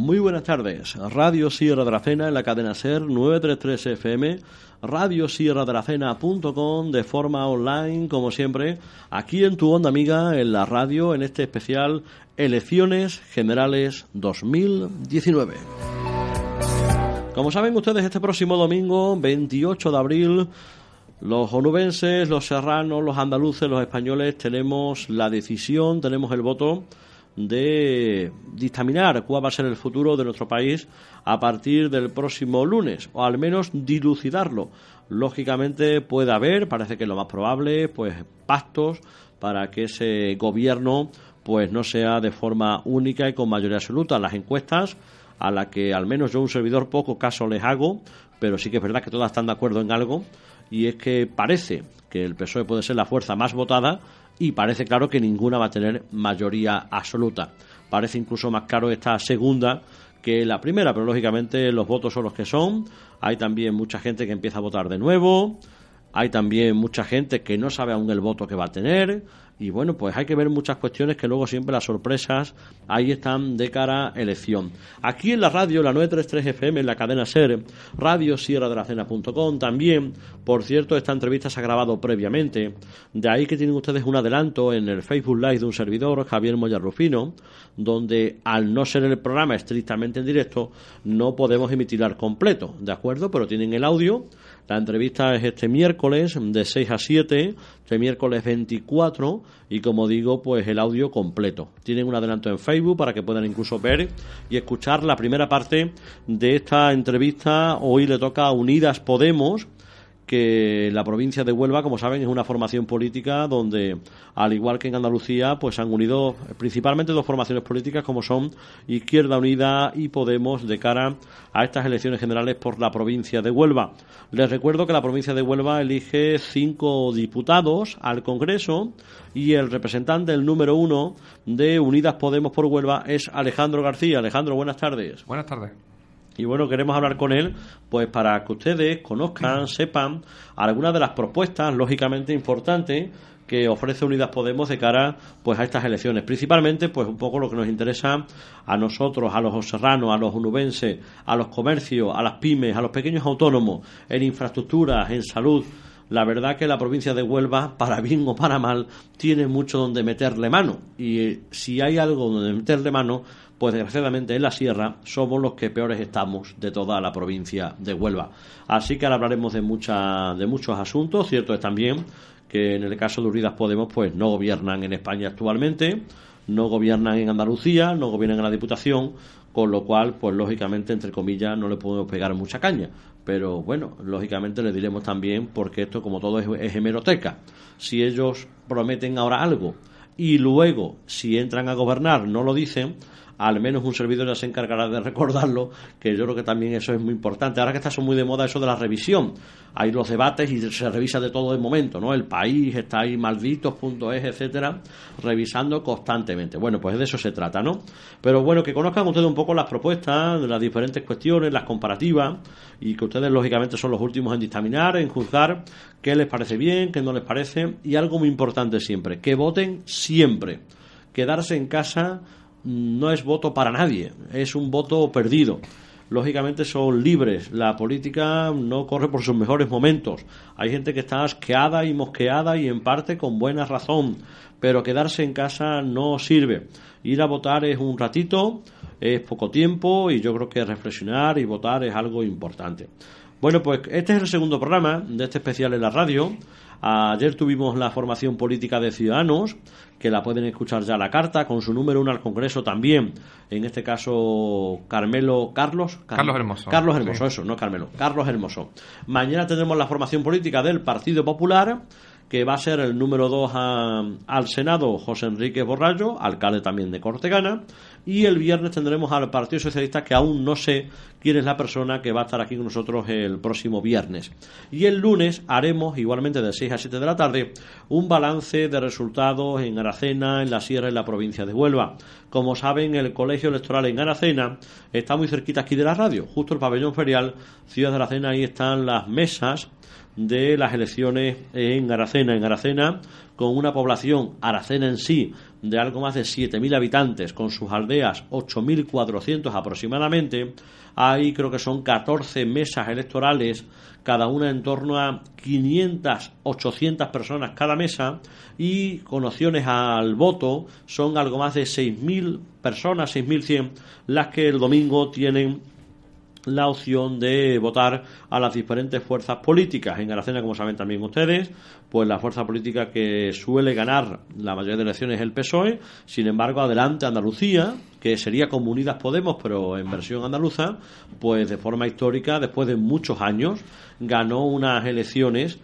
Muy buenas tardes. Radio Sierra de Aracena en la cadena SER 933 FM, radiosierradelacena.com de forma online, como siempre, aquí en tu onda amiga, en la radio, en este especial Elecciones Generales 2019. Como saben ustedes, este próximo domingo, 28 de abril, los onubenses, los serranos, los andaluces, los españoles tenemos la decisión, tenemos el voto de dictaminar cuál va a ser el futuro de nuestro país a partir del próximo lunes, o al menos dilucidarlo. Lógicamente puede haber, parece que es lo más probable, pues pactos para que ese gobierno pues no sea de forma única y con mayoría absoluta. Las encuestas, a las que al menos yo, un servidor, poco caso les hago, pero sí que es verdad que todas están de acuerdo en algo, y es que parece que el PSOE puede ser la fuerza más votada, y parece claro que ninguna va a tener mayoría absoluta. Parece incluso más claro esta segunda que la primera, pero lógicamente los votos son los que son. Hay también mucha gente que empieza a votar de nuevo, hay también mucha gente que no sabe aún el voto que va a tener, y bueno, pues hay que ver muchas cuestiones que luego siempre las sorpresas ahí están de cara a elección. Aquí en la radio, la 933 FM, en la cadena SER, radiosierradelacena.com también. Por cierto, esta entrevista se ha grabado previamente, de ahí que tienen ustedes un adelanto en el Facebook Live de un servidor, Javier Moya Rufino, donde al no ser el programa estrictamente en directo, no podemos emitirlo al completo, ¿de acuerdo? Pero tienen el audio. La entrevista es este miércoles de 6 a 7, este miércoles 24, y como digo, pues el audio completo. Tienen un adelanto en Facebook para que puedan incluso ver y escuchar la primera parte de esta entrevista. Hoy le toca a Unidas Podemos, que la provincia de Huelva, como saben, es una formación política donde, al igual que en Andalucía, pues han unido principalmente dos formaciones políticas como son Izquierda Unida y Podemos de cara a estas elecciones generales por la provincia de Huelva. Les recuerdo que la provincia de Huelva elige 5 diputados al Congreso y el representante, el número 1 de Unidas Podemos por Huelva es Alejandro García. Alejandro, buenas tardes. Buenas tardes. Y bueno, queremos hablar con él pues para que ustedes conozcan, sepan algunas de las propuestas lógicamente importantes que ofrece Unidas Podemos de cara pues a estas elecciones. Principalmente pues un poco lo que nos interesa a nosotros, a los serranos, a los onubenses, a los comercios, a las pymes, a los pequeños autónomos, en infraestructuras, en salud. La verdad que la provincia de Huelva, para bien o para mal, tiene mucho donde meterle mano. Y si hay algo donde meterle mano, pues desgraciadamente en la sierra somos los que peores estamos de toda la provincia de Huelva. Así que ahora hablaremos de muchos asuntos. Cierto es también que en el caso de Unidas Podemos pues no gobiernan en España actualmente, no gobiernan en Andalucía, no gobiernan en la Diputación, con lo cual pues lógicamente, entre comillas, no le podemos pegar mucha caña. Pero bueno, lógicamente le diremos también, porque esto como todo es hemeroteca. Si ellos prometen ahora algo y luego si entran a gobernar no lo dicen, al menos un servidor ya se encargará de recordarlo, que yo creo que también eso es muy importante. Ahora que está muy de moda eso de la revisión, hay los debates y se revisa de todo el momento, ¿no? El País está ahí, malditos.es, etcétera, revisando constantemente. Bueno, pues de eso se trata, ¿no? Pero bueno, que conozcan ustedes un poco las propuestas, de las diferentes cuestiones, las comparativas, y que ustedes lógicamente son los últimos en dictaminar, en juzgar qué les parece bien, qué no les parece, y algo muy importante siempre, que voten siempre. Quedarse en casa no es voto para nadie, es un voto perdido. Lógicamente son libres, la política no corre por sus mejores momentos, hay gente que está asqueada y mosqueada y en parte con buena razón, pero quedarse en casa no sirve. Ir a votar es un ratito, es poco tiempo, y yo creo que reflexionar y votar es algo importante. Bueno, pues este es el segundo programa de este especial en la radio. Ayer tuvimos la formación política de Ciudadanos, que la pueden escuchar ya a la carta, con su número 1 al Congreso también, en este caso Carlos Hermoso. Carlos Hermoso, sí. Eso, no Carmelo, Carlos Hermoso. Mañana tendremos la formación política del Partido Popular, que va a ser el número 2 al Senado, José Enrique Borrallo, alcalde también de Cortegana, y el viernes tendremos al Partido Socialista, que aún no sé quién es la persona que va a estar aquí con nosotros el próximo viernes. Y el lunes haremos, igualmente de 6 a 7 de la tarde, un balance de resultados en Aracena, en la Sierra y en la provincia de Huelva. Como saben, el colegio electoral en Aracena está muy cerquita aquí de la radio, justo el pabellón ferial Ciudad de Aracena. Ahí están las mesas de las elecciones en Aracena. En Aracena, con una población, Aracena en sí, de algo más de 7.000 habitantes, con sus aldeas 8.400 aproximadamente, hay creo que son 14 mesas electorales, cada una en torno a 500, 800 personas cada mesa, y con opciones al voto son algo más de 6.000 personas, 6.100, las que el domingo tienen la opción de votar a las diferentes fuerzas políticas. En Aracena, como saben también ustedes, pues la fuerza política que suele ganar la mayoría de elecciones es el PSOE. Sin embargo, adelante Andalucía, que sería como Unidas Podemos, pero en versión andaluza, pues de forma histórica, después de muchos años, ganó unas elecciones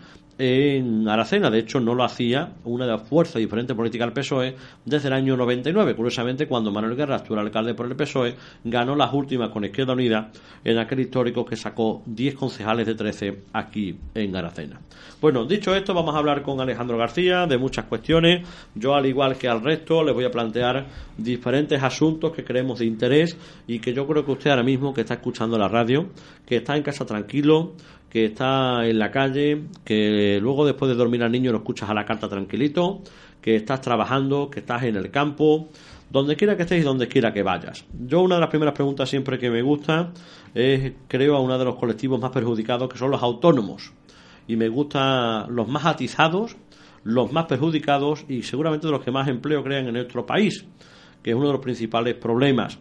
en Aracena. De hecho, no lo hacía una de las fuerzas diferentes políticas del PSOE desde el año 99. Curiosamente, cuando Manuel Guerra estuvo alcalde por el PSOE, ganó las últimas con Izquierda Unida en aquel histórico que sacó 10 concejales de 13 aquí en Aracena. Bueno, dicho esto, vamos a hablar con Alejandro García de muchas cuestiones. Yo, al igual que al resto, le voy a plantear diferentes asuntos que creemos de interés y que yo creo que usted ahora mismo, que está escuchando la radio, que está en casa tranquilo, que está en la calle, que luego después de dormir al niño lo escuchas a la carta tranquilito, que estás trabajando, que estás en el campo, donde quiera que estés y donde quiera que vayas. Yo, una de las primeras preguntas siempre que me gusta es, creo, a uno de los colectivos más perjudicados, que son los autónomos. Y me gustan los más atizados, los más perjudicados y seguramente de los que más empleo crean en nuestro país, que es uno de los principales problemas.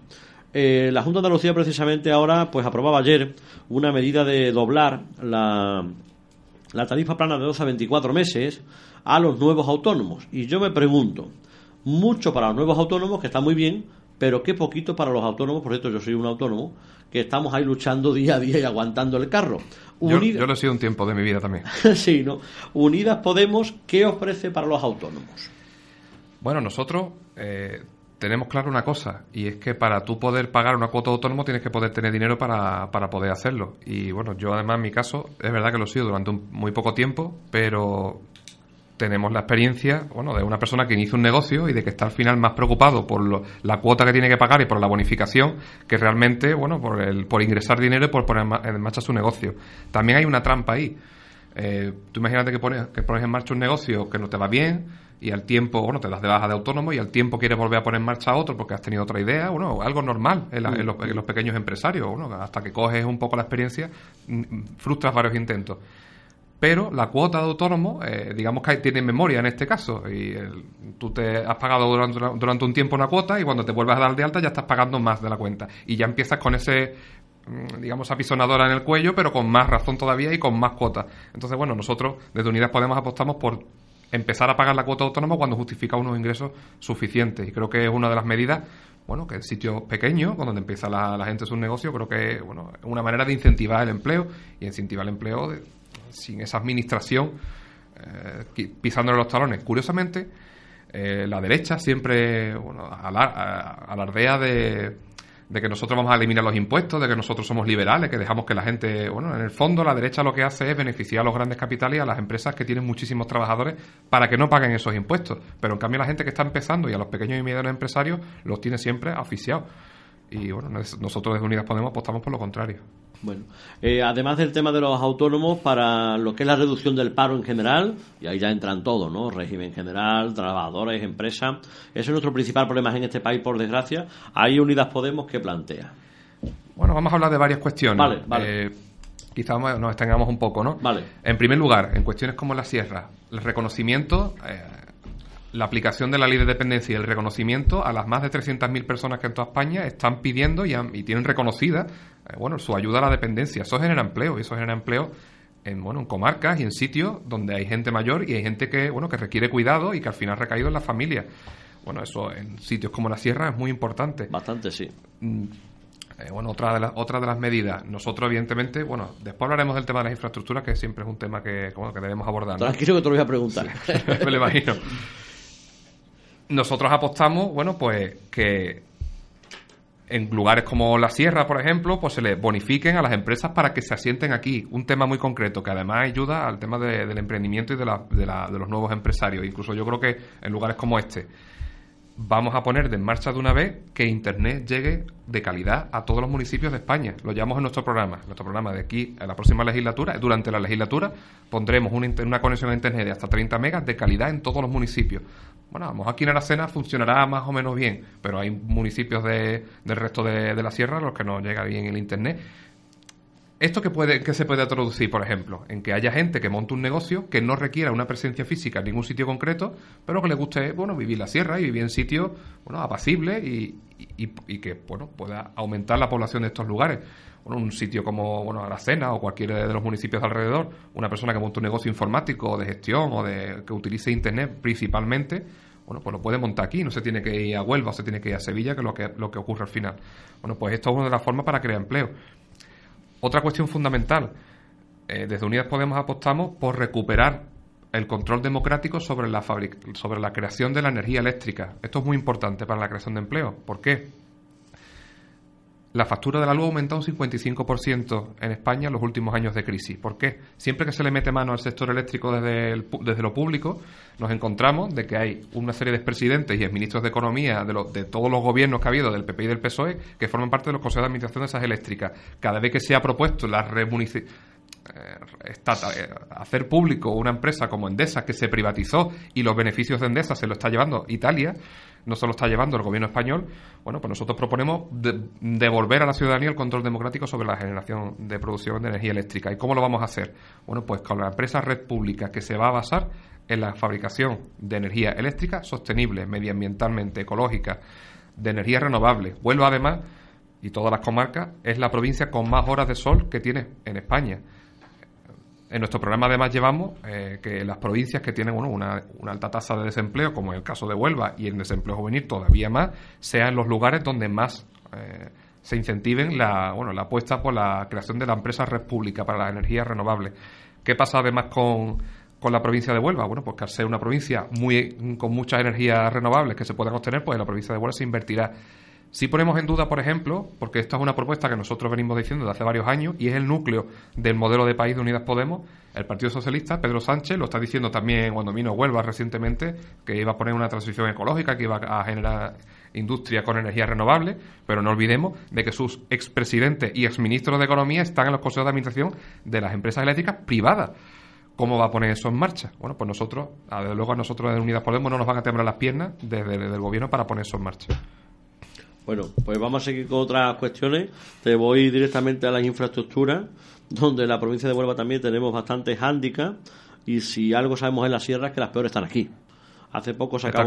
La Junta de Andalucía precisamente ahora pues aprobaba ayer una medida de doblar la tarifa plana de 12 a 24 meses a los nuevos autónomos. Y yo me pregunto, mucho para los nuevos autónomos, que está muy bien, pero qué poquito para los autónomos. Por cierto, yo soy un autónomo, que estamos ahí luchando día a día y aguantando el carro. Yo lo he sido un tiempo de mi vida también. Sí, ¿no? Unidas Podemos, ¿qué ofrece para los autónomos? Bueno, nosotros tenemos claro una cosa, y es que para tú poder pagar una cuota de autónomo tienes que poder tener dinero para poder hacerlo. Y bueno, yo además en mi caso, es verdad que lo he sido durante muy poco tiempo, pero tenemos la experiencia, bueno, de una persona que inicia un negocio y de que está al final más preocupado por la cuota que tiene que pagar y por la bonificación que realmente, bueno, por ingresar dinero y por poner en marcha su negocio. También hay una trampa ahí. Tú imagínate que pones en marcha un negocio que no te va bien y al tiempo, bueno, te das de baja de autónomo y al tiempo quieres volver a poner en marcha otro porque has tenido otra idea, bueno, algo normal en los pequeños empresarios, bueno, hasta que coges un poco la experiencia, frustras varios intentos. Pero la cuota de autónomo, digamos que tiene memoria en este caso, y tú te has pagado durante un tiempo una cuota y cuando te vuelves a dar de alta ya estás pagando más de la cuenta y ya empiezas con ese, digamos, apisonadora en el cuello, pero con más razón todavía y con más cuotas. Entonces, bueno, nosotros desde Unidas Podemos apostamos por empezar a pagar la cuota autónoma cuando justifica unos ingresos suficientes, y creo que es una de las medidas, bueno, que en sitios pequeños, donde empieza la gente su negocio, creo que es, bueno, una manera de incentivar el empleo, y incentivar el empleo sin esa administración pisándole los talones. Curiosamente, la derecha siempre, bueno, alardea de que nosotros vamos a eliminar los impuestos, de que nosotros somos liberales, que dejamos que la gente... Bueno, en el fondo la derecha lo que hace es beneficiar a los grandes capitales y a las empresas que tienen muchísimos trabajadores para que no paguen esos impuestos. Pero en cambio la gente que está empezando y a los pequeños y medianos empresarios los tiene siempre asfixiados. Y bueno, nosotros desde Unidas Podemos apostamos por lo contrario. Bueno, además del tema de los autónomos, para lo que es la reducción del paro en general, y ahí ya entran todos, ¿no? Régimen general, trabajadores, empresas. Ese es nuestro principal problema en este país, por desgracia. Hay Unidas Podemos que plantea. Bueno, vamos a hablar de varias cuestiones. Vale. Quizás nos extengamos un poco, ¿no? Vale. En primer lugar, en cuestiones como la sierra, el reconocimiento... la aplicación de la ley de dependencia y el reconocimiento a las más de 300.000 personas que en toda España están pidiendo y tienen reconocida su ayuda a la dependencia. Eso genera empleo, y eso genera empleo en comarcas y en sitios donde hay gente mayor y hay gente que requiere cuidado y que al final ha recaído en la familia. Bueno, eso en sitios como la sierra es muy importante. Bastante, sí. Otra de las medidas, nosotros evidentemente, después hablaremos del tema de las infraestructuras, que siempre es un tema que debemos abordar, ¿no? Tranquilo que te lo voy a preguntar. Sí, me lo imagino. Nosotros apostamos, pues que en lugares como la sierra, por ejemplo, pues se les bonifiquen a las empresas para que se asienten aquí. Un tema muy concreto que además ayuda al tema del emprendimiento y de los nuevos empresarios. Incluso yo creo que en lugares como este vamos a poner en marcha de una vez que Internet llegue de calidad a todos los municipios de España. Lo llevamos en nuestro programa. Nuestro programa de aquí a la próxima legislatura, durante la legislatura, pondremos una conexión a Internet de hasta 30 megas de calidad en todos los municipios. Bueno, a lo mejor aquí en Aracena funcionará más o menos bien, pero hay municipios del resto de la sierra a los que no llega bien el Internet. ¿Esto qué se puede traducir, por ejemplo? En que haya gente que monte un negocio que no requiera una presencia física en ningún sitio concreto, pero que le guste, bueno, vivir la sierra y vivir en sitios, bueno, apacibles y que, bueno, pueda aumentar la población de estos lugares. Bueno, un sitio como, bueno, Aracena o cualquiera de los municipios de alrededor, una persona que monte un negocio informático o de gestión o que utilice Internet principalmente, bueno, pues lo puede montar aquí, no se tiene que ir a Huelva o se tiene que ir a Sevilla, que es lo que ocurre al final. Bueno, pues esto es una de las formas para crear empleo. Otra cuestión fundamental, desde Unidas Podemos apostamos por recuperar el control democrático sobre la creación de la energía eléctrica. Esto es muy importante para la creación de empleo. ¿Por qué? La factura de la luz ha aumentado un 55% en España en los últimos años de crisis. ¿Por qué? Siempre que se le mete mano al sector eléctrico desde lo público, nos encontramos de que hay una serie de expresidentes y exministros de Economía de todos los gobiernos que ha habido, del PP y del PSOE, que forman parte de los consejos de administración de esas eléctricas. Cada vez que se ha propuesto hacer público una empresa como Endesa, que se privatizó y los beneficios de Endesa se lo está llevando Italia, no se lo está llevando el gobierno español, bueno, pues nosotros proponemos devolver a la ciudadanía el control democrático sobre la generación de producción de energía eléctrica. ¿Y cómo lo vamos a hacer? Bueno, pues con la empresa Red Pública, que se va a basar en la fabricación de energía eléctrica sostenible, medioambientalmente ecológica, de energía renovable. Huelva, además, y todas las comarcas, es la provincia con más horas de sol que tiene en España. En nuestro programa además llevamos que las provincias que tienen una alta tasa de desempleo, como en el caso de Huelva, y en desempleo juvenil todavía más, sean los lugares donde más se incentiven la apuesta por la creación de la empresa Red Pública para las energías renovables. ¿Qué pasa además con la provincia de Huelva? Bueno, pues que al ser una provincia con muchas energías renovables que se puedan obtener, pues en la provincia de Huelva se invertirá. Si ponemos en duda, por ejemplo, porque esta es una propuesta que nosotros venimos diciendo desde hace varios años y es el núcleo del modelo de país de Unidas Podemos, el Partido Socialista, Pedro Sánchez, lo está diciendo también cuando vino a Huelva recientemente, que iba a poner una transición ecológica, que iba a generar industria con energías renovables, pero no olvidemos de que sus expresidentes y exministros de Economía están en los consejos de administración de las empresas eléctricas privadas. ¿Cómo va a poner eso en marcha? Bueno, pues nosotros, desde luego a nosotros de Unidas Podemos no nos van a temblar las piernas desde el gobierno para poner eso en marcha. Bueno, pues vamos a seguir con otras cuestiones. Te voy directamente a las infraestructuras, donde en la provincia de Huelva también tenemos bastantes hándicaps, y si algo sabemos en la sierra es que las peores están aquí. Hace poco sacaba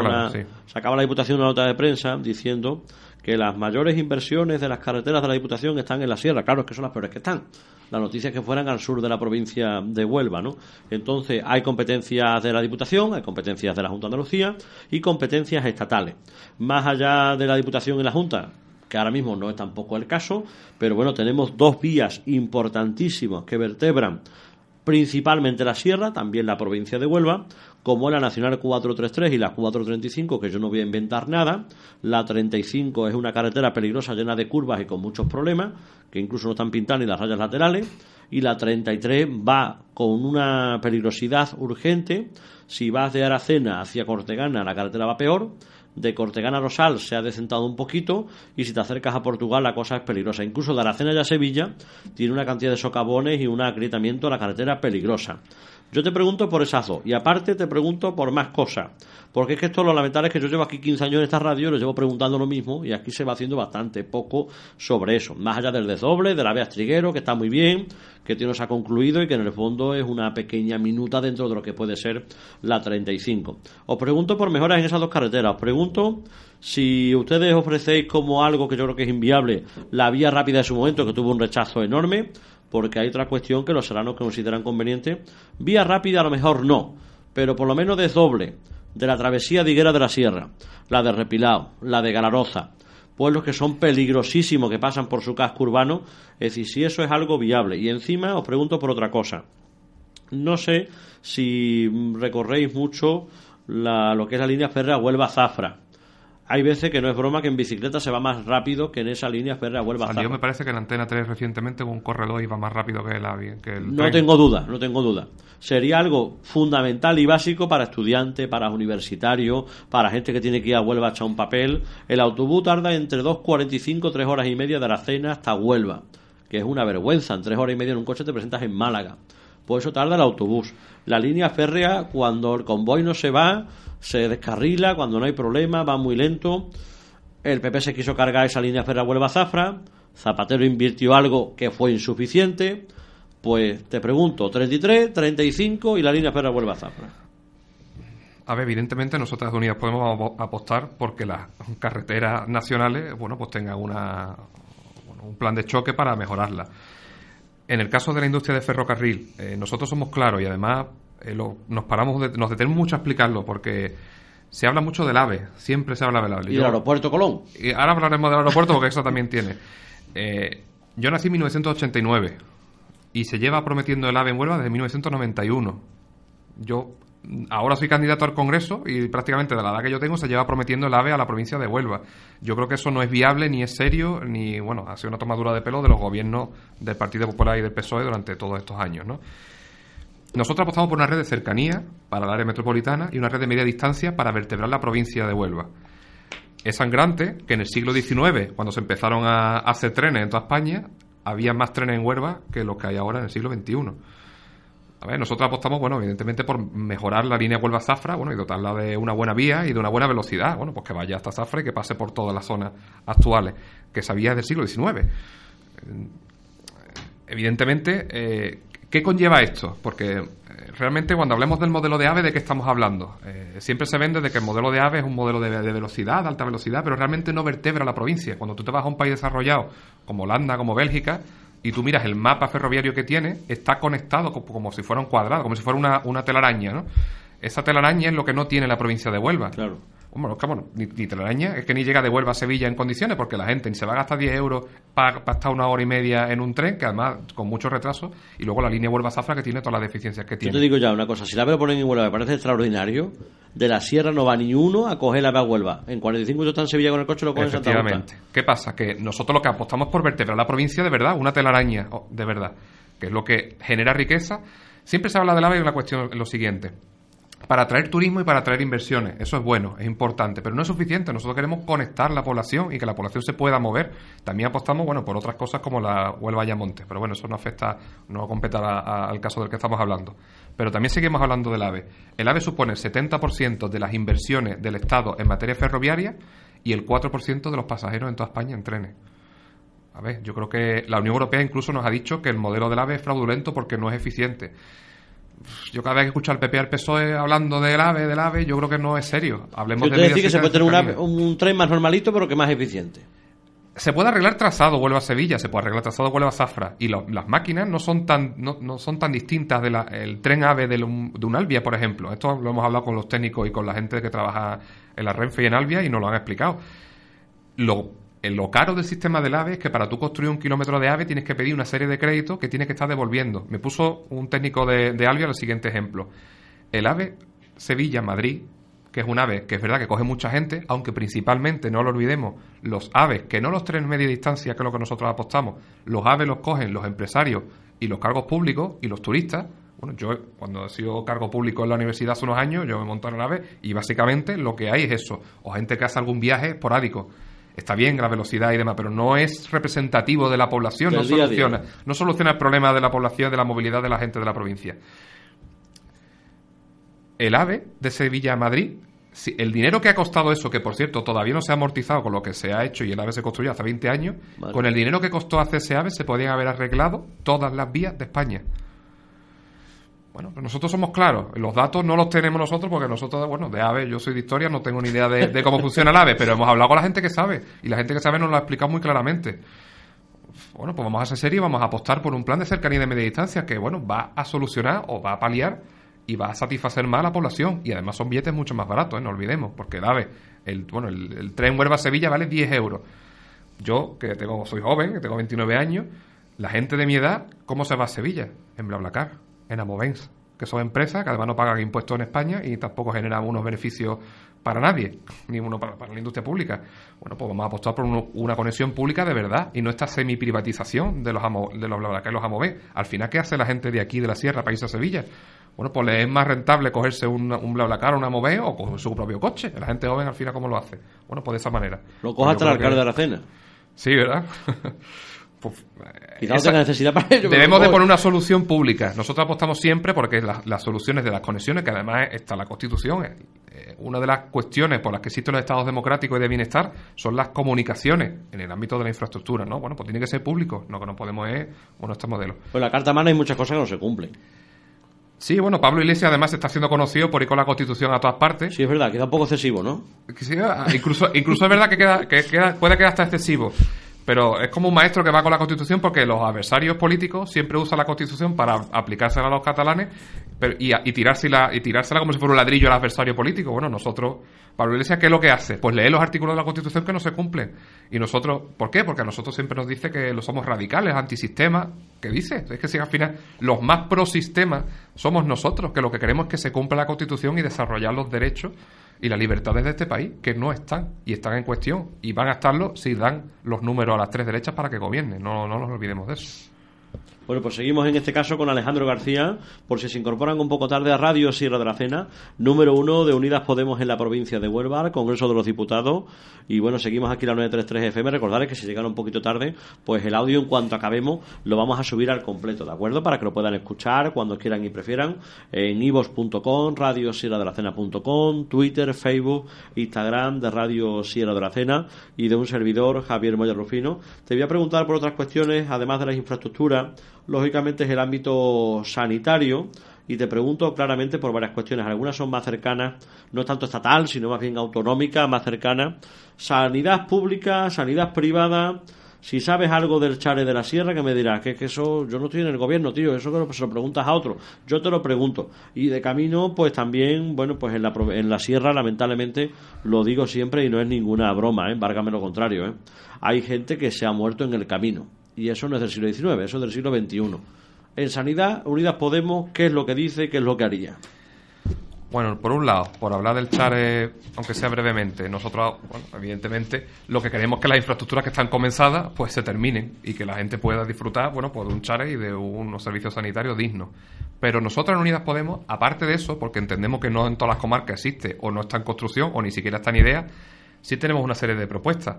la Diputación una nota de prensa diciendo que las mayores inversiones de las carreteras de la Diputación están en la sierra. Claro, es que son las peores que están. La noticia es que fueran al sur de la provincia de Huelva, ¿no? Entonces, hay competencias de la Diputación, hay competencias de la Junta de Andalucía y competencias estatales. Más allá de la Diputación y la Junta, que ahora mismo no es tampoco el caso, pero bueno, tenemos dos vías importantísimas que vertebran principalmente la sierra, también la provincia de Huelva, como la Nacional 433 y la 435, que yo no voy a inventar nada. La 35 es una carretera peligrosa, llena de curvas y con muchos problemas, que incluso no están pintadas ni las rayas laterales, y la 33 va con una peligrosidad urgente. Si vas de Aracena hacia Cortegana, la carretera va peor. De Cortegana a Rosal se ha descentado un poquito, y si te acercas a Portugal la cosa es peligrosa. Incluso de Aracena ya a Sevilla tiene una cantidad de socavones y un agrietamiento a la carretera peligrosa. Yo te pregunto por esas dos, y aparte te pregunto por más cosas, porque es que esto lo lamentable es que yo llevo aquí 15 años en esta radio y lo llevo preguntando lo mismo, y aquí se va haciendo bastante poco sobre eso, más allá del desdoble, de la vía Triguero, que está muy bien, que no se ha concluido y que en el fondo es una pequeña minuta dentro de lo que puede ser la 35. Os pregunto por mejoras en esas dos carreteras, os pregunto si ustedes ofrecéis como algo que yo creo que es inviable la vía rápida de su momento, que tuvo un rechazo enorme, porque hay otra cuestión que los serranos consideran conveniente. Vía rápida a lo mejor no, pero por lo menos desdoble de la travesía de Higuera de la Sierra, la de Repilao, la de Galaroza, pueblos que son peligrosísimos, que pasan por su casco urbano. Es decir, si eso es algo viable. Y encima os pregunto por otra cosa. No sé si recorréis mucho lo que es la línea férrea Huelva-Zafra. hay veces que no es broma que en bicicleta se va más rápido que en esa línea férrea Huelva-Zafra. Yo me parece que en Antena 3 recientemente un corredor iba más rápido que el AVE. No tengo duda. Sería algo fundamental y básico para estudiantes, para universitarios, para gente que tiene que ir a Huelva a echar un papel. El autobús tarda entre 2:45, 3 horas y media de Aracena hasta Huelva, que es una vergüenza. En 3 horas y media en un coche te presentas en Málaga. Por eso tarda el autobús. La línea férrea, cuando el convoy no se va, se descarrila, cuando no hay problema, va muy lento. El PP se quiso cargar esa línea férrea Huelva-Zafra. Zapatero invirtió algo que fue insuficiente. Pues te pregunto, 33, 35 y la línea férrea Huelva-Zafra. A ver, evidentemente nosotros de Unidas podemos apostar porque las carreteras nacionales, pues tengan un plan de choque para mejorarlas. En el caso de la industria de ferrocarril, nosotros somos claros y además nos detenemos mucho a explicarlo porque se habla mucho del AVE, siempre se habla del AVE. ¿Y del aeropuerto Colón? Y ahora hablaremos del aeropuerto porque eso también tiene. Yo nací en 1989 y se lleva prometiendo el AVE en Huelva desde 1991. Yo ahora soy candidato al Congreso y prácticamente de la edad que yo tengo se lleva prometiendo el AVE a la provincia de Huelva. Yo creo que eso no es viable, ni es serio, ni, ha sido una tomadura de pelo de los gobiernos del Partido Popular y del PSOE durante todos estos años, ¿no? Nosotros apostamos por una red de cercanía para el área metropolitana y una red de media distancia para vertebrar la provincia de Huelva. Es sangrante que en el siglo XIX, cuando se empezaron a hacer trenes en toda España, había más trenes en Huelva que los que hay ahora en el siglo XXI. A ver, nosotros apostamos, evidentemente por mejorar la línea Huelva-Zafra, y dotarla de una buena vía y de una buena velocidad, pues que vaya hasta Zafra y que pase por todas las zonas actuales, que esa vía es del siglo XIX. Evidentemente, ¿qué conlleva esto? Porque realmente cuando hablemos del modelo de AVE, ¿de qué estamos hablando? Siempre se vende de que el modelo de AVE es un modelo de velocidad, de alta velocidad, pero realmente no vertebra la provincia. Cuando tú te vas a un país desarrollado, como Holanda, como Bélgica, y tú miras el mapa ferroviario que tiene, está conectado como si fuera un cuadrado, como si fuera una telaraña, ¿no? Esa telaraña es lo que no tiene la provincia de Huelva. Claro. Ni telaraña, es que ni llega de Huelva a Sevilla en condiciones, porque la gente ni se va a gastar 10 euros para estar una hora y media en un tren, que además con mucho retraso, y luego la línea Huelva-Zafra que tiene todas las deficiencias que tiene. Yo te digo ya una cosa, si la AVE lo ponen en Huelva me parece extraordinario. De la Sierra no va ni uno a coger la AVE a Huelva. En 45 minutos está en Sevilla con el coche y lo cogen en Santa Rosa. Efectivamente. ¿Qué pasa? Que nosotros lo que apostamos por vertebrar la provincia de verdad, una telaraña de verdad, que es lo que genera riqueza. Siempre se habla del AVE y una cuestión es lo siguiente. Para atraer turismo y para atraer inversiones, eso es bueno, es importante, pero no es suficiente. Nosotros queremos conectar la población y que la población se pueda mover. También apostamos, por otras cosas como la Huelva-Ayamonte, pero eso no afecta, no compete al caso del que estamos hablando. Pero también seguimos hablando del AVE. El AVE supone el 70% de las inversiones del Estado en materia ferroviaria y el 4% de los pasajeros en toda España en trenes. A ver, yo creo que la Unión Europea incluso nos ha dicho que el modelo del AVE es fraudulento porque no es eficiente. Yo cada vez que escucho al PP y al PSOE hablando del AVE, yo creo que no es serio. Hablemos de decir que se puede tener un tren más normalito, pero que más eficiente. Se puede arreglar trazado Huelva-Sevilla, se puede arreglar trazado Huelva-Zafra, y las máquinas no son tan distintas del tren AVE de un Albia, por ejemplo. Esto lo hemos hablado con los técnicos y con la gente que trabaja en la Renfe y en Albia y nos lo han explicado. Lo caro del sistema del AVE es que para tú construir 1 kilómetro de AVE tienes que pedir una serie de créditos que tienes que estar devolviendo. Me puso un técnico de Albia el siguiente ejemplo. El AVE Sevilla-Madrid, que es un AVE que es verdad que coge mucha gente, aunque principalmente, no lo olvidemos, los AVEs, que no los trenes media distancia, que es lo que nosotros apostamos, los AVEs los cogen los empresarios y los cargos públicos y los turistas. Yo cuando he sido cargo público en la universidad hace unos años, yo me monté en el AVE y básicamente lo que hay es eso, o gente que hace algún viaje esporádico. Está bien la velocidad y demás, pero no es representativo de la población, no soluciona el problema de la población, de la movilidad de la gente de la provincia. El AVE de Sevilla a Madrid, el dinero que ha costado eso, que por cierto todavía no se ha amortizado con lo que se ha hecho y el AVE se construyó hace 20 años, vale. Con el dinero que costó hacer ese AVE se podían haber arreglado todas las vías de España. Pues nosotros somos claros, los datos no los tenemos nosotros porque nosotros, de AVE, yo soy de historia, no tengo ni idea de cómo funciona el AVE, pero hemos hablado con la gente que sabe y la gente que sabe nos lo ha explicado muy claramente. Pues vamos a ser serios, vamos a apostar por un plan de cercanía y de media distancia que, va a solucionar o va a paliar y va a satisfacer más a la población y además son billetes mucho más baratos, no olvidemos, porque el AVE, el tren Huelva-Sevilla vale 10 euros. Yo, soy joven, que tengo 29 años, la gente de mi edad, ¿cómo se va a Sevilla? En BlaBlaCar, en Amovens. que son empresas que además no pagan impuestos en España y tampoco generan unos beneficios para nadie, ni uno para la industria pública. Bueno, pues vamos a apostar por una conexión pública de verdad y no esta semi-privatización de los BlaBlaCar y los AMOVE. Al final, ¿qué hace la gente de aquí, de la Sierra, para irse a Sevilla? Bueno, pues le es más rentable cogerse un BlaBlaCar o un AMOVE o coger su propio coche. La gente joven, al final, ¿cómo lo hace? Bueno, pues de esa manera. Lo coja hasta el alcalde de Aracena. Sí, ¿verdad? Pues, quizás no tenga necesidad para ello. Debemos de poner una solución pública. Nosotros apostamos siempre porque las soluciones de las conexiones, que además está la Constitución, una de las cuestiones por las que existen los estados democráticos y de bienestar son las comunicaciones en el ámbito de la infraestructura, ¿no? Bueno, pues tiene que ser público. Lo que no podemos es, este modelo. Pues la Carta Magna hay muchas cosas que no se cumplen. Sí, bueno, Pablo Iglesias además está siendo conocido por ir con la Constitución a todas partes. Sí, es verdad, queda un poco excesivo, ¿no? Sí, incluso es verdad que puede quedar hasta excesivo. Pero es como un maestro que va con la Constitución porque los adversarios políticos siempre usan la Constitución para aplicársela a los catalanes y tirársela como si fuera un ladrillo al adversario político. Bueno, nosotros, Pablo Iglesias, ¿qué es lo que hace? Pues lee los artículos de la Constitución que no se cumplen. Y nosotros, ¿por qué? Porque a nosotros siempre nos dice que somos radicales, antisistemas. ¿Qué dice? Es que si al final los más pro sistema somos nosotros, que lo que queremos es que se cumpla la Constitución y desarrollar los derechos y las libertades de este país, que no están, y están en cuestión, y van a estarlo si dan los números a las tres derechas para que gobiernen, no nos olvidemos de eso. Bueno, pues seguimos en este caso con Alejandro García, por si se incorporan un poco tarde a Radio Sierra de Aracena, número 1 de Unidas Podemos en la provincia de Huelva, al Congreso de los Diputados. Y bueno, seguimos aquí la 933 FM. Recordarles que si llegan un poquito tarde, pues el audio en cuanto acabemos lo vamos a subir al completo, ¿de acuerdo? Para que lo puedan escuchar cuando quieran y prefieran en ivos.com, radiosierradelacena.com, Twitter, Facebook, Instagram de Radio Sierra de Aracena y de un servidor, Javier Moya Rufino. Te voy a preguntar por otras cuestiones, además de las infraestructuras. Lógicamente es el ámbito sanitario y te pregunto claramente por varias cuestiones. Algunas son más cercanas, no tanto estatal, sino más bien autonómica, más cercana. Sanidad pública, sanidad privada. Si sabes algo del Chare de la Sierra, que me dirás, que es que eso, yo no estoy en el gobierno, tío, eso que se lo preguntas a otro, yo te lo pregunto. Y de camino, pues también, bueno, pues en la Sierra, lamentablemente, lo digo siempre y no es ninguna broma, válgame lo contrario, hay gente que se ha muerto en el camino. Y eso no es del siglo XIX, eso es del siglo XXI. En sanidad, Unidas Podemos, ¿qué es lo que dice, qué es lo que haría? Bueno, por un lado, por hablar del Chare, aunque sea brevemente, nosotros, bueno, evidentemente, lo que queremos es que las infraestructuras que están comenzadas, pues se terminen y que la gente pueda disfrutar, bueno, pues de un Chare y de unos servicios sanitarios dignos. Pero nosotros en Unidas Podemos, aparte de eso, porque entendemos que no en todas las comarcas existe, o no está en construcción, o ni siquiera está en idea, sí tenemos una serie de propuestas.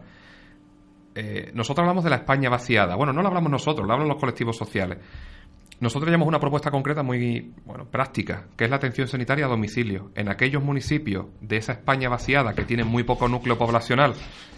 Nosotros hablamos de la España vaciada. Bueno, no lo hablamos nosotros, lo hablan los colectivos sociales. Nosotros tenemos una propuesta concreta muy práctica, que es la atención sanitaria a domicilio. En aquellos municipios de esa España vaciada que tienen muy poco núcleo poblacional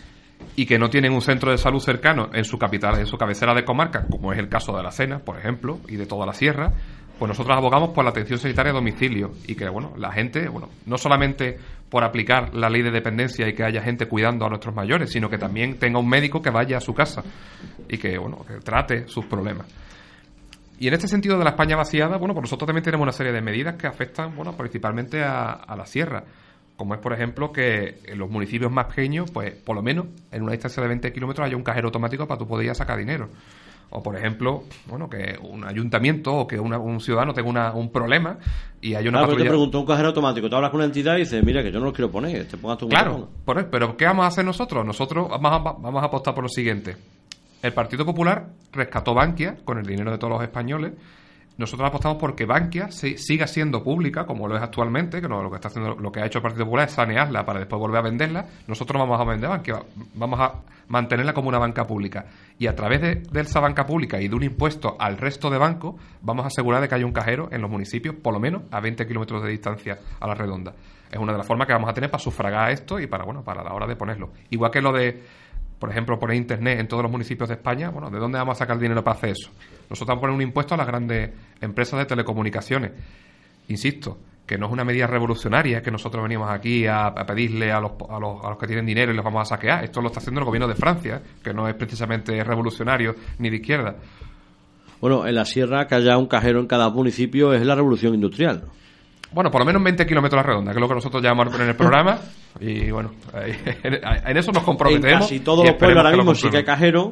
y que no tienen un centro de salud cercano en su capital, en su cabecera de comarca, como es el caso de Aracena, por ejemplo, y de toda la sierra, pues nosotros abogamos por la atención sanitaria a domicilio y que, bueno, la gente, no solamente por aplicar la ley de dependencia y que haya gente cuidando a nuestros mayores, sino que también tenga un médico que vaya a su casa y que, que trate sus problemas. Y en este sentido de la España vaciada, pues nosotros también tenemos una serie de medidas que afectan, principalmente a la sierra, como es, por ejemplo, que en los municipios más pequeños, pues por lo menos en una distancia de 20 kilómetros haya un cajero automático para tú poder ir a sacar dinero. O, por ejemplo, que un ayuntamiento o que un ciudadano tenga un problema y hay una patrulla. Te pregunto, un cajero automático, tú hablas con una entidad y dices, mira, que yo no lo quiero poner, te pongas tu Claro, pero ¿qué vamos a hacer nosotros? Nosotros vamos a apostar por lo siguiente. El Partido Popular rescató Bankia con el dinero de todos los españoles. Nosotros apostamos porque Bankia siga siendo pública, como lo es actualmente, que lo que está haciendo, lo que ha hecho el Partido Popular es sanearla para después volver a venderla. Nosotros vamos a vender Bankia, vamos a mantenerla como una banca pública. Y a través de esa banca pública y de un impuesto al resto de bancos, vamos a asegurar de que haya un cajero en los municipios, por lo menos a 20 kilómetros de distancia a la redonda. Es una de las formas que vamos a tener para sufragar esto y para la hora de ponerlo. Igual que lo de, por ejemplo, poner internet en todos los municipios de España, ¿de dónde vamos a sacar el dinero para hacer eso? Nosotros vamos a poner un impuesto a las grandes empresas de telecomunicaciones. Insisto, que no es una medida revolucionaria, que nosotros venimos aquí a pedirle a los que tienen dinero y los vamos a saquear. Esto lo está haciendo el gobierno de Francia, que no es precisamente revolucionario ni de izquierda. Bueno, en la sierra que haya un cajero en cada municipio es la revolución industrial. Bueno, por lo menos 20 kilómetros a la redonda, que es lo que nosotros llamamos en el programa. Y bueno, en eso nos comprometemos. En casi todos los pueblos ahora mismo sí que hay cajero.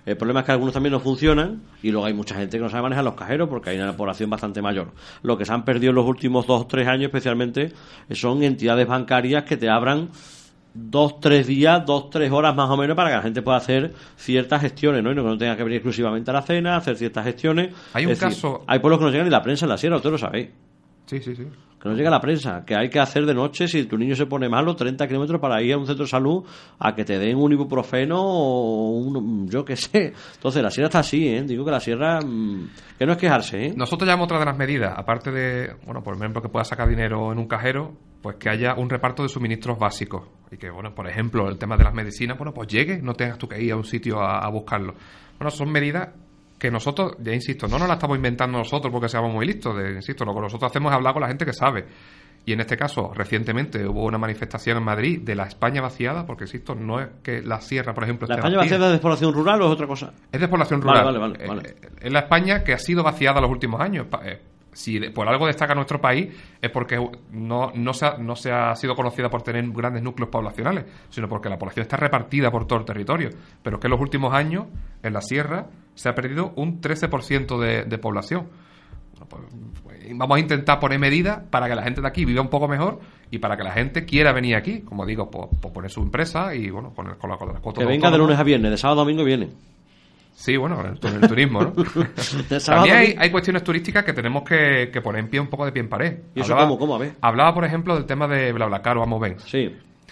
El problema es que algunos también no funcionan y luego hay mucha gente que no sabe manejar los cajeros porque hay una población bastante mayor. Lo que se han perdido en los últimos 2 o 3 años especialmente son entidades bancarias que te abran 2-3 días, 2-3 horas más o menos para que la gente pueda hacer ciertas gestiones, ¿no? Y no tenga que venir exclusivamente a la cena, hacer ciertas gestiones. Hay un caso... Hay pueblos que no llegan ni la prensa en la sierra, ustedes lo sabéis. Sí. Que no llega la prensa, que hay que hacer de noche si tu niño se pone malo 30 kilómetros para ir a un centro de salud a que te den un ibuprofeno o yo qué sé. Entonces la sierra está así, digo que la sierra que no es quejarse. Nosotros llevamos otra de las medidas, aparte de, bueno, por ejemplo, que pueda sacar dinero en un cajero, pues que haya un reparto de suministros básicos y que, bueno, por ejemplo, el tema de las medicinas, bueno, pues llegue, no tengas tú que ir a un sitio a buscarlo. Bueno, son medidas que nosotros, ya insisto, no nos la estamos inventando nosotros porque seamos muy listos, insisto, lo que nosotros hacemos es hablar con la gente que sabe. Y en este caso, recientemente hubo una manifestación en Madrid de la España vaciada, porque insisto, no es que la sierra, por ejemplo, ¿La España vaciada es despoblación rural o es otra cosa? Es despoblación rural. Vale. Es la España que ha sido vaciada los últimos años. Si por algo destaca nuestro país es porque no se ha sido conocida por tener grandes núcleos poblacionales, sino porque la población está repartida por todo el territorio. Pero es que en los últimos años, en la sierra, se ha perdido un 13% de población. Bueno, pues vamos a intentar poner medidas para que la gente de aquí viva un poco mejor y para que la gente quiera venir aquí, como digo, por poner su empresa y bueno, con las cuotas. Que venga de lunes a viernes, de sábado a domingo viene. Sí, bueno, en el turismo, ¿no? También hay cuestiones turísticas que tenemos que poner en pie un poco de pie en pared. ¿Y eso cómo? A ver. Hablaba, por ejemplo, del tema de BlaBlaCar o Amovens. Sí.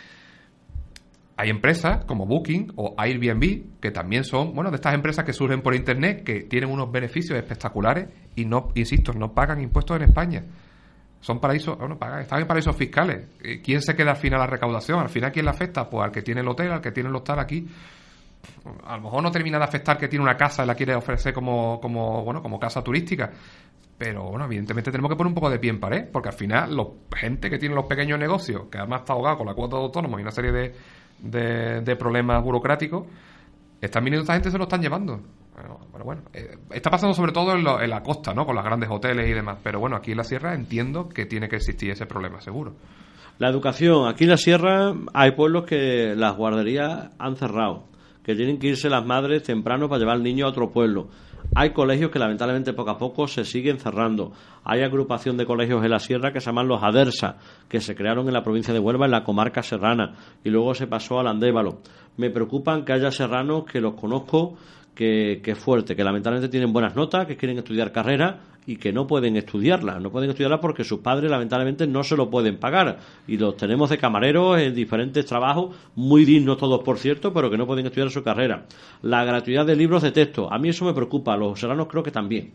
Hay empresas como Booking o Airbnb que también son, bueno, de estas empresas que surgen por Internet, que tienen unos beneficios espectaculares y no, insisto, no pagan impuestos en España. Son paraísos, bueno, están en paraísos fiscales. ¿Quién se queda al final la recaudación? Al final, ¿quién le afecta? Pues al que tiene el hotel, al que tiene el hostal aquí. A lo mejor no termina de afectar que tiene una casa y la quiere ofrecer como casa turística, pero bueno, evidentemente tenemos que poner un poco de pie en pared, porque al final gente que tiene los pequeños negocios, que además está ahogado con la cuota de autónomos y una serie de problemas burocráticos, están viniendo esta gente y se lo están llevando. Pero bueno, está pasando sobre todo en la costa, ¿no? Con los grandes hoteles y demás, pero bueno, aquí en la sierra entiendo que tiene que existir ese problema, seguro. La educación, aquí en la sierra hay pueblos que las guarderías han cerrado, que tienen que irse las madres temprano para llevar al niño a otro pueblo. Hay colegios que lamentablemente poco a poco se siguen cerrando. Hay agrupación de colegios en la sierra que se llaman los ADERSA, que se crearon en la provincia de Huelva, en la comarca serrana, y luego se pasó al Andévalo. Me preocupan que haya serranos que los conozco, que es fuerte, que lamentablemente tienen buenas notas, que quieren estudiar carreras y que no pueden estudiarla porque sus padres lamentablemente no se lo pueden pagar, y los tenemos de camareros en diferentes trabajos, muy dignos todos por cierto, pero que no pueden estudiar su carrera. La gratuidad de libros de texto, a mí eso me preocupa, los serranos creo que también.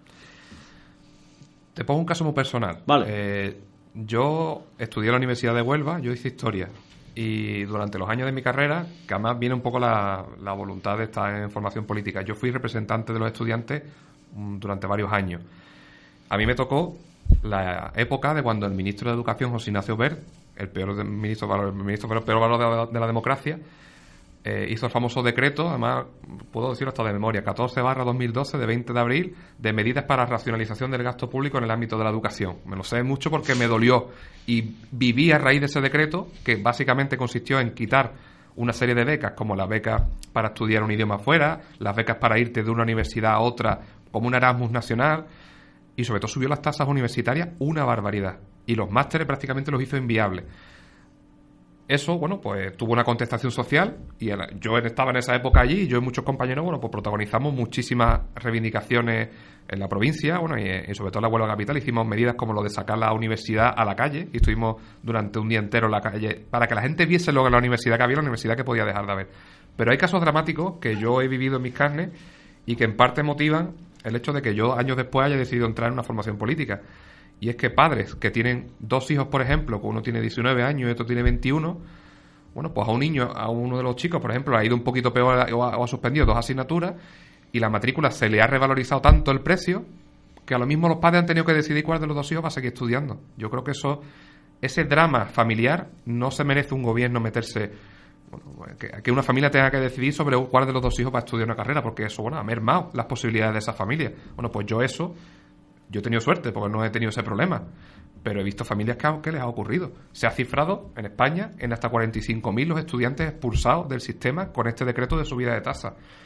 Te pongo un caso muy personal. Vale. Yo estudié en la Universidad de Huelva, yo hice historia, y durante los años de mi carrera, que además viene un poco la voluntad de estar en formación política, yo fui representante de los estudiantes durante varios años. A mí me tocó la época de cuando el ministro de Educación, José Ignacio Wert, el peor ministro valor de la democracia, hizo el famoso decreto, además puedo decirlo hasta de memoria, 14/2012 de 20 de abril, de medidas para racionalización del gasto público en el ámbito de la educación. Me lo sé mucho porque me dolió y viví a raíz de ese decreto, que básicamente consistió en quitar una serie de becas, como las becas para estudiar un idioma afuera, las becas para irte de una universidad a otra, como un Erasmus nacional, y sobre todo subió las tasas universitarias una barbaridad, y los másteres prácticamente los hizo inviables. Eso, bueno, pues tuvo una contestación social, y yo estaba en esa época allí, y yo y muchos compañeros, bueno, pues protagonizamos muchísimas reivindicaciones en la provincia, bueno, y sobre todo en la Huelva Capital. Hicimos medidas como lo de sacar la universidad a la calle, y estuvimos durante un día entero en la calle para que la gente viese lo que la universidad que había, la universidad que podía dejar de haber. Pero hay casos dramáticos que yo he vivido en mis carnes y que en parte motivan el hecho de que yo años después haya decidido entrar en una formación política. Y es que padres que tienen 2 hijos, por ejemplo, que uno tiene 19 años y otro tiene 21, bueno, pues a uno de los chicos, por ejemplo, ha ido un poquito peor o ha suspendido 2 asignaturas, y la matrícula se le ha revalorizado tanto el precio que a lo mismo los padres han tenido que decidir cuál de los 2 hijos va a seguir estudiando. Yo creo que ese drama familiar no se merece un gobierno meterse, bueno, que una familia tenga que decidir sobre cuál de los 2 hijos va a estudiar una carrera, porque eso, bueno, ha mermado las posibilidades de esa familia. Bueno, pues yo he tenido suerte porque no he tenido ese problema, pero he visto familias que les ha ocurrido. Se ha cifrado en España en hasta 45.000 los estudiantes expulsados del sistema con este decreto de subida de tasa.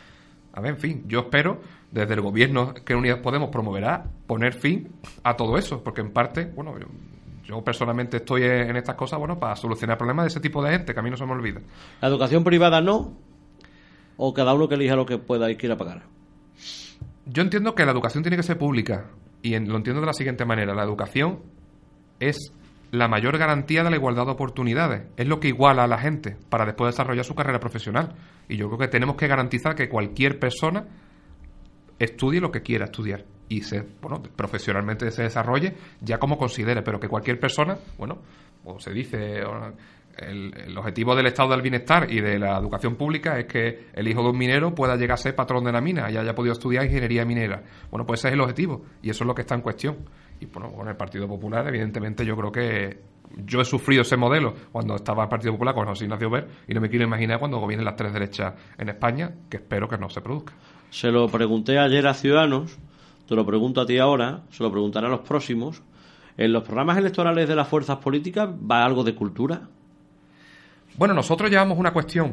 A ver, en fin, yo espero desde el gobierno que Unidas Podemos promoverá poner fin a todo eso, porque en parte, bueno, yo personalmente estoy en estas cosas, bueno, para solucionar problemas de ese tipo de gente, que a mí no se me olvida. ¿La educación privada no? ¿O cada uno que elija lo que pueda y quiera pagar? Yo entiendo que la educación tiene que ser pública, y lo entiendo de la siguiente manera. La educación es la mayor garantía de la igualdad de oportunidades. Es lo que iguala a la gente para después desarrollar su carrera profesional. Y yo creo que tenemos que garantizar que cualquier persona estudie lo que quiera estudiar y profesionalmente se desarrolle ya como considere, pero que cualquier persona, o se dice, el objetivo del estado del bienestar y de la educación pública es que el hijo de un minero pueda llegar a ser patrón de la mina y haya podido estudiar ingeniería minera. Bueno, pues ese es el objetivo y eso es lo que está en cuestión. Y bueno, con el Partido Popular, evidentemente, yo creo que yo he sufrido ese modelo cuando estaba el Partido Popular con José Ignacio Ver y no me quiero imaginar cuando gobiernen las tres derechas en España, que espero que no se produzca. Se lo pregunté ayer a Ciudadanos, te lo pregunto a ti ahora, se lo preguntaré a los próximos. ¿En los programas electorales de las fuerzas políticas va algo de cultura? Bueno, nosotros llevamos una cuestión,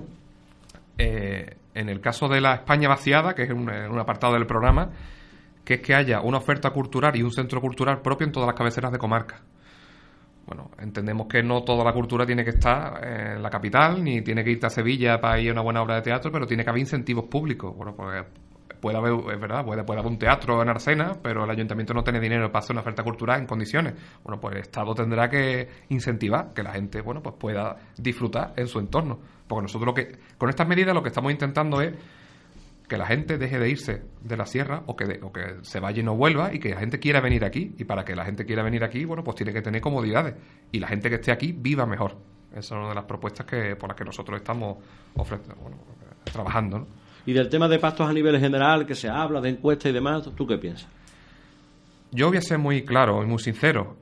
en el caso de la España vaciada, que es un apartado del programa, que es que haya una oferta cultural y un centro cultural propio en todas las cabeceras de comarca. Bueno, entendemos que no toda la cultura tiene que estar en la capital, ni tiene que irte a Sevilla para ir a una buena obra de teatro, pero tiene que haber incentivos públicos. Bueno, pues puede haber, es verdad, puede haber un teatro en Arsena, pero el ayuntamiento no tiene dinero para hacer una oferta cultural en condiciones. Bueno, pues el Estado tendrá que incentivar que la gente, pues pueda disfrutar en su entorno. Porque nosotros con estas medidas lo que estamos intentando es que la gente deje de irse de la sierra o que se vaya y no vuelva y que la gente quiera venir aquí. Y para que la gente quiera venir aquí, bueno, pues tiene que tener comodidades. Y la gente que esté aquí viva mejor. Esa es una de las propuestas por las que nosotros estamos trabajando, ¿no? Y del tema de pactos a nivel general, que se habla de encuestas y demás, ¿tú qué piensas? Yo voy a ser muy claro y muy sincero.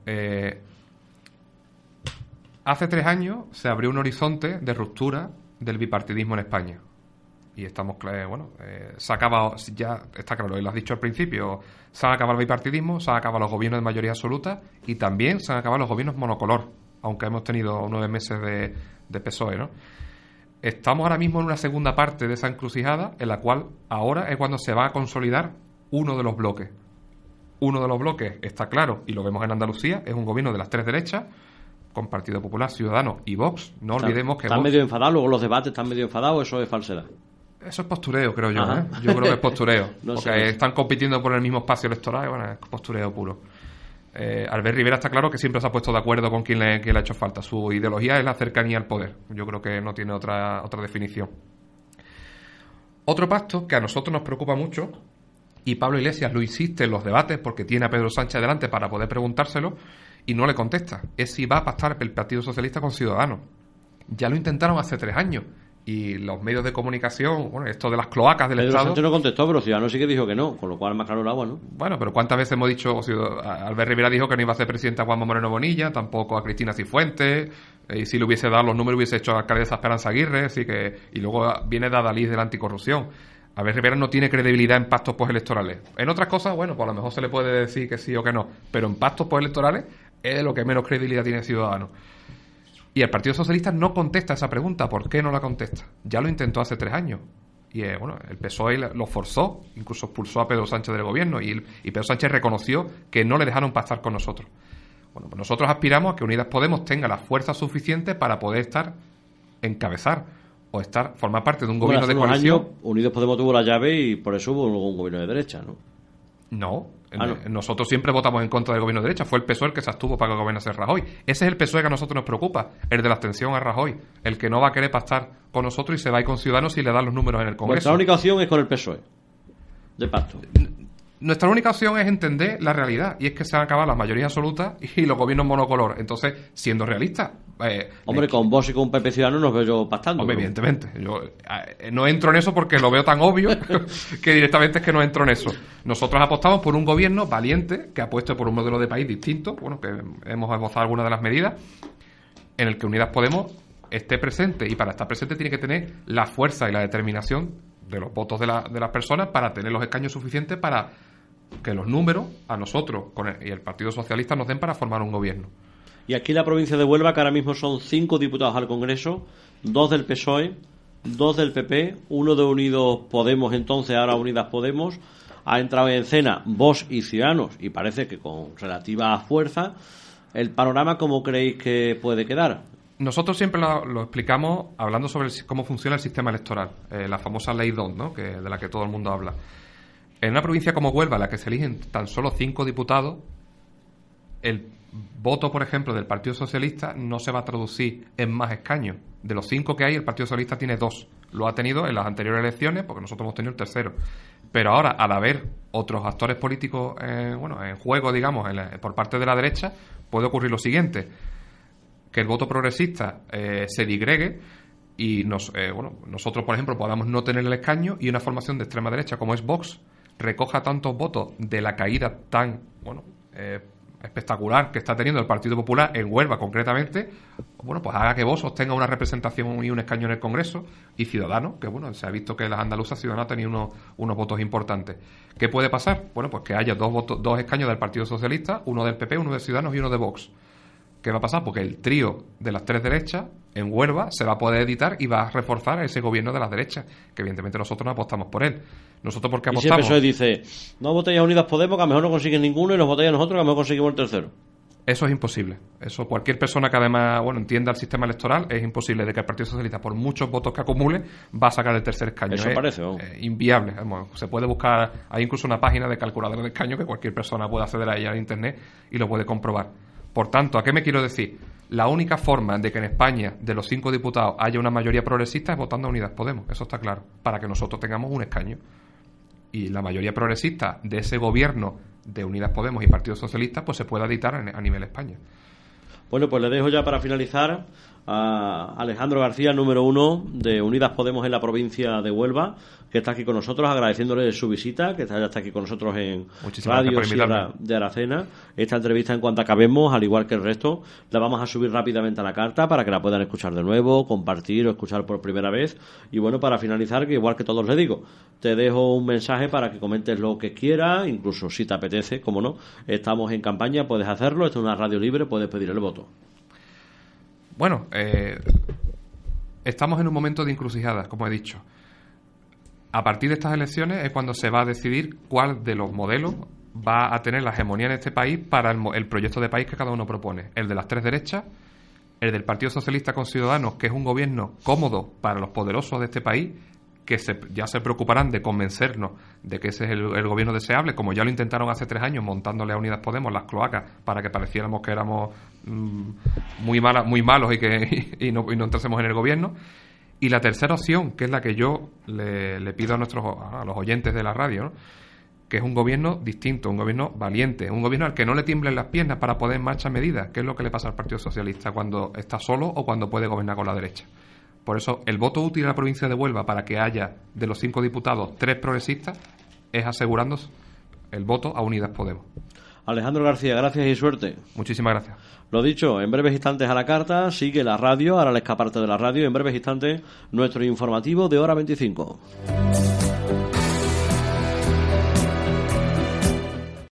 Hace 3 años se abrió un horizonte de ruptura del bipartidismo en España. Y estamos, se ha acabado, ya está claro, lo has dicho al principio, se han acabado el bipartidismo, se han acabado los gobiernos de mayoría absoluta y también se han acabado los gobiernos monocolor, aunque hemos tenido 9 meses de PSOE, ¿no? Estamos ahora mismo en una segunda parte de esa encrucijada, en la cual ahora es cuando se va a consolidar uno de los bloques. Uno de los bloques está claro, y lo vemos en Andalucía, es un gobierno de las tres derechas, con Partido Popular, Ciudadanos y Vox. No olvidemos que están Vox... medio enfadados, luego los debates están medio enfadados, eso es falsedad. Eso es postureo, creo yo, ¿eh? Yo creo que es postureo. No porque sé. Están compitiendo por el mismo espacio electoral y bueno, es postureo puro. Albert Rivera está claro que siempre se ha puesto de acuerdo con quien le ha hecho falta. Su ideología es la cercanía al poder. Yo creo que no tiene otra definición. Otro pacto que a nosotros nos preocupa mucho, y Pablo Iglesias lo insiste en los debates porque tiene a Pedro Sánchez delante para poder preguntárselo y no le contesta, es si va a pactar el Partido Socialista con Ciudadanos. Ya lo intentaron hace 3 años. Y los medios de comunicación, esto de las cloacas del Pedro Estado... Sánchez no contestó, pero Ciudadanos sí que dijo que no, con lo cual más claro el agua, ¿no? Bueno, pero ¿cuántas veces hemos dicho... Albert Rivera dijo que no iba a ser presidenta a Juanma Moreno Bonilla, tampoco a Cristina Cifuentes, y si le hubiese dado los números hubiese hecho a la alcaldesa Esperanza Aguirre, así que... Y luego viene de Adalid de la anticorrupción. Albert Rivera no tiene credibilidad en pactos postelectorales. En otras cosas, pues a lo mejor se le puede decir que sí o que no, pero en pactos postelectorales es lo que menos credibilidad tiene Ciudadanos. Y el Partido Socialista no contesta esa pregunta. ¿Por qué no la contesta? Ya lo intentó hace 3 años. Y el PSOE lo forzó, incluso expulsó a Pedro Sánchez del gobierno. Y Pedro Sánchez reconoció que no le dejaron pactar con nosotros. Bueno, pues nosotros aspiramos a que Unidas Podemos tenga la fuerza suficiente para poder encabezar o formar parte de un gobierno de coalición. Años, Unidas Podemos tuvo la llave y por eso hubo un gobierno de derecha, ¿no? No. Nosotros siempre votamos en contra del gobierno de derecha. Fue el PSOE el que se abstuvo para que gobernase Rajoy. Ese es el PSOE que a nosotros nos preocupa, el de la abstención a Rajoy, el que no va a querer pactar con nosotros y se va a ir con Ciudadanos y le dan los números en el Congreso. Nuestra única opción es con el PSOE, de pacto. Nuestra única opción es entender la realidad, y es que se han acabado las mayorías absolutas y los gobiernos monocolor. Entonces, siendo realistas... con Vox y con PP Ciudadanos nos veo yo pactando. Hombre, evidentemente. Yo no entro en eso porque lo veo tan obvio que directamente es que no entro en eso. Nosotros apostamos por un gobierno valiente que apueste por un modelo de país distinto, que hemos esbozado algunas de las medidas, en el que Unidas Podemos esté presente, y para estar presente tiene que tener la fuerza y la determinación de los votos de las personas para tener los escaños suficientes para que los números a nosotros y el Partido Socialista nos den para formar un gobierno. Y aquí en la provincia de Huelva, que ahora mismo son 5 diputados al Congreso, 2 del PSOE, 2 del PP, 1 de Unidos Podemos, entonces ahora Unidas Podemos. Ha entrado en escena Vox y Ciudadanos, y parece que con relativa fuerza. ¿El panorama cómo creéis que puede quedar? Nosotros siempre lo explicamos hablando sobre cómo funciona el sistema electoral, la famosa ley DONT, ¿no? De la que todo el mundo habla. En una provincia como Huelva, en la que se eligen tan solo 5 diputados, el voto, por ejemplo, del Partido Socialista no se va a traducir en más escaños. De los 5 que hay, el Partido Socialista tiene 2. Lo ha tenido en las anteriores elecciones, porque nosotros hemos tenido el tercero. Pero ahora, al haber otros actores políticos en juego, digamos, por parte de la derecha, puede ocurrir lo siguiente: que el voto progresista se digregue y nosotros, por ejemplo, podamos no tener el escaño, y una formación de extrema derecha como es Vox recoja tantos votos de la caída tan espectacular que está teniendo el Partido Popular en Huelva concretamente, pues haga que Vox obtenga una representación y un escaño en el Congreso, y Ciudadanos, que se ha visto que las andaluzas Ciudadanos han tenido unos votos importantes. ¿Qué puede pasar? Pues que haya dos escaños del Partido Socialista, uno del PP, uno de Ciudadanos y uno de Vox. ¿Qué va a pasar? Porque el trío de las tres derechas en Huelva se va a poder editar y va a reforzar ese gobierno de las derechas, que evidentemente nosotros no apostamos por él. ¿Nosotros por qué apostamos? Y siempre dice, no votéis a Unidas Podemos, que a lo mejor no consiguen ninguno, y nos votéis a nosotros, que a lo mejor conseguimos el tercero. Eso es imposible. Eso cualquier persona que además entienda el sistema electoral, es imposible de que el Partido Socialista, por muchos votos que acumule, va a sacar el tercer escaño. Eso parece, inviable. Se puede buscar, hay incluso una página de calculadora de escaño que cualquier persona puede acceder a ella en internet y lo puede comprobar. Por tanto, ¿a qué me quiero decir? La única forma de que en España, de los 5 diputados, haya una mayoría progresista es votando a Unidas Podemos. Eso está claro. Para que nosotros tengamos un escaño. Y la mayoría progresista de ese gobierno de Unidas Podemos y Partido Socialista, pues se pueda editar a nivel España. Bueno, pues le dejo ya para finalizar a Alejandro García, número 1 de Unidas Podemos en la provincia de Huelva, que está aquí con nosotros, agradeciéndole su visita, que ya está aquí con nosotros en Radio Sierra de Aracena. Esta entrevista, en cuanto acabemos, al igual que el resto, la vamos a subir rápidamente a la carta para que la puedan escuchar de nuevo, compartir o escuchar por primera vez. Y bueno, para finalizar, que igual que todos les digo, te dejo un mensaje para que comentes lo que quieras, incluso si te apetece, como no, estamos en campaña, puedes hacerlo, esto es una radio libre, puedes pedir el voto. Bueno, estamos en un momento de encrucijada, como he dicho. A partir de estas elecciones es cuando se va a decidir cuál de los modelos va a tener la hegemonía en este país para el proyecto de país que cada uno propone. El de las tres derechas, el del Partido Socialista con Ciudadanos, que es un gobierno cómodo para los poderosos de este país, que ya se preocuparán de convencernos de que ese es el gobierno deseable, como ya lo intentaron hace 3 años montándole a Unidas Podemos las cloacas para que pareciéramos que éramos muy malos y no entrásemos en el gobierno. Y la tercera opción, que es la que yo le pido a los oyentes de la radio, ¿no? Que es un gobierno distinto, un gobierno valiente, un gobierno al que no le tiemblen las piernas para poner en marcha medidas, que es lo que le pasa al Partido Socialista cuando está solo o cuando puede gobernar con la derecha. Por eso, el voto útil a la provincia de Huelva para que haya, de los 5 diputados, 3 progresistas, es asegurando el voto a Unidas Podemos. Alejandro García, gracias y suerte. Muchísimas gracias. Lo dicho, en breves instantes a la carta, sigue la radio, ahora el escaparate de la radio, en breves instantes nuestro informativo de hora 25.